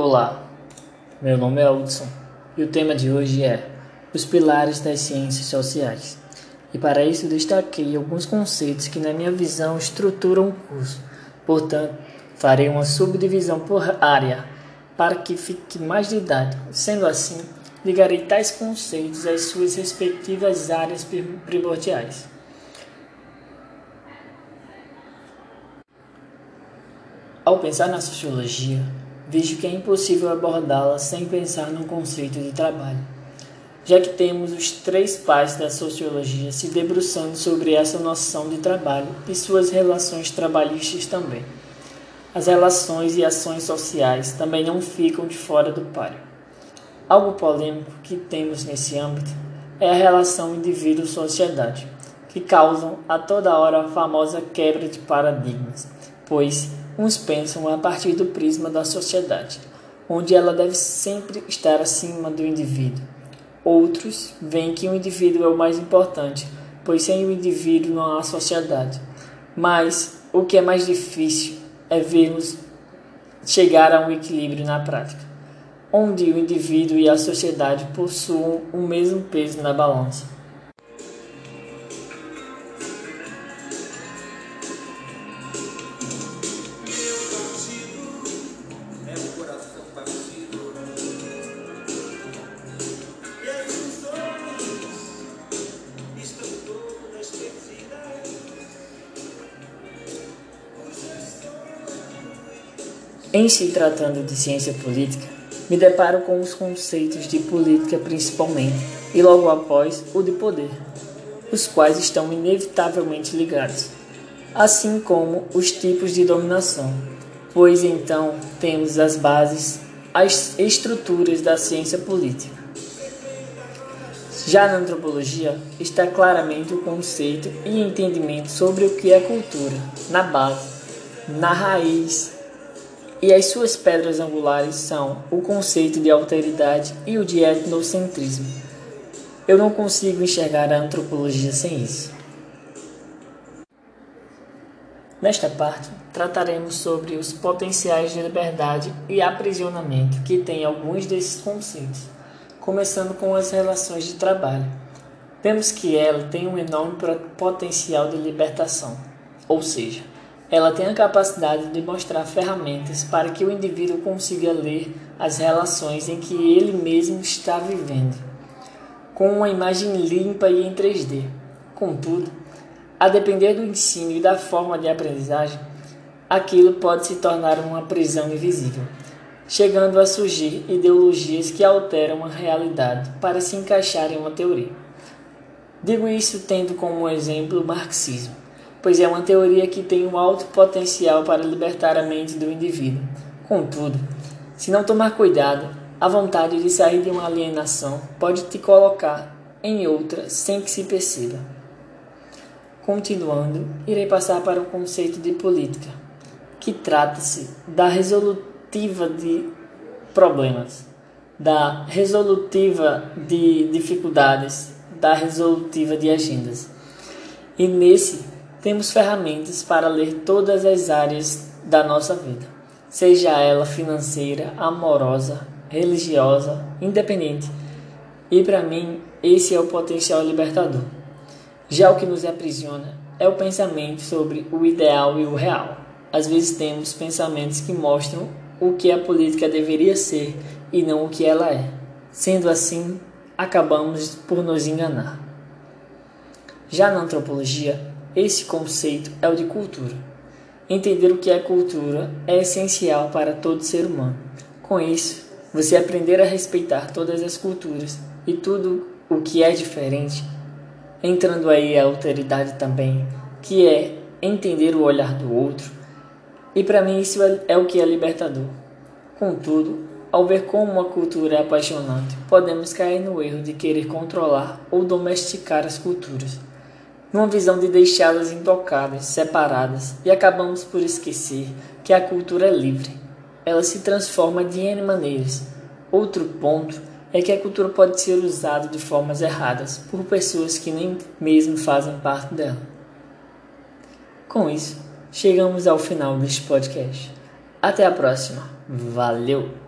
Olá, meu nome é Hudson e o tema de hoje é os pilares das ciências sociais. E para isso destaquei alguns conceitos que na minha visão estruturam o curso. Portanto, farei uma subdivisão por área para que fique mais didático. Sendo assim, ligarei tais conceitos às suas respectivas áreas primordiais. Ao pensar na sociologia, vejo que é impossível abordá-la sem pensar no conceito de trabalho, já que temos os três pais da sociologia se debruçando sobre essa noção de trabalho e suas relações trabalhistas também. As relações e ações sociais também não ficam de fora do páreo. Algo polêmico que temos nesse âmbito é a relação indivíduo-sociedade, que causam a toda hora a famosa quebra de paradigmas, pois uns pensam a partir do prisma da sociedade, onde ela deve sempre estar acima do indivíduo. Outros veem que o indivíduo é o mais importante, pois sem o indivíduo não há sociedade. Mas o que é mais difícil é vermos chegar a um equilíbrio na prática, onde o indivíduo e a sociedade possuam o mesmo peso na balança. Em se tratando de ciência política, me deparo com os conceitos de política principalmente, e logo após o de poder, os quais estão inevitavelmente ligados, assim como os tipos de dominação, pois então temos as bases, as estruturas da ciência política. Já na antropologia está claramente o conceito e entendimento sobre o que é cultura, na base, na raiz, e as suas pedras angulares são o conceito de alteridade e o de etnocentrismo. Eu não consigo enxergar a antropologia sem isso. Nesta parte, trataremos sobre os potenciais de liberdade e aprisionamento que têm alguns desses conceitos, começando com as relações de trabalho. Vemos que ela tem um enorme potencial de libertação, ou seja, ela tem a capacidade de mostrar ferramentas para que o indivíduo consiga ler as relações em que ele mesmo está vivendo, com uma imagem limpa e em 3D. Contudo, a depender do ensino e da forma de aprendizagem, aquilo pode se tornar uma prisão invisível, chegando a surgir ideologias que alteram a realidade para se encaixar em uma teoria. Digo isso tendo como exemplo o marxismo, pois é uma teoria que tem um alto potencial para libertar a mente do indivíduo. Contudo, se não tomar cuidado, a vontade de sair de uma alienação pode te colocar em outra sem que se perceba. Continuando, irei passar para o conceito de política, que trata-se da resolutiva de problemas, da resolutiva de dificuldades, da resolutiva de agendas. E nesse temos ferramentas para ler todas as áreas da nossa vida, seja ela financeira, amorosa, religiosa, independente. E para mim, esse é o potencial libertador. Já o que nos aprisiona é o pensamento sobre o ideal e o real. Às vezes temos pensamentos que mostram o que a política deveria ser e não o que ela é. Sendo assim, acabamos por nos enganar. Já na antropologia, esse conceito é o de cultura. Entender o que é cultura é essencial para todo ser humano. Com isso, você aprender a respeitar todas as culturas e tudo o que é diferente, entrando aí a alteridade também, que é entender o olhar do outro, e para mim isso é o que é libertador. Contudo, ao ver como uma cultura é apaixonante, podemos cair no erro de querer controlar ou domesticar as culturas, numa visão de deixá-las intocadas, separadas, e acabamos por esquecer que a cultura é livre. Ela se transforma de N maneiras. Outro ponto é que a cultura pode ser usada de formas erradas por pessoas que nem mesmo fazem parte dela. Com isso, chegamos ao final deste podcast. Até a próxima. Valeu!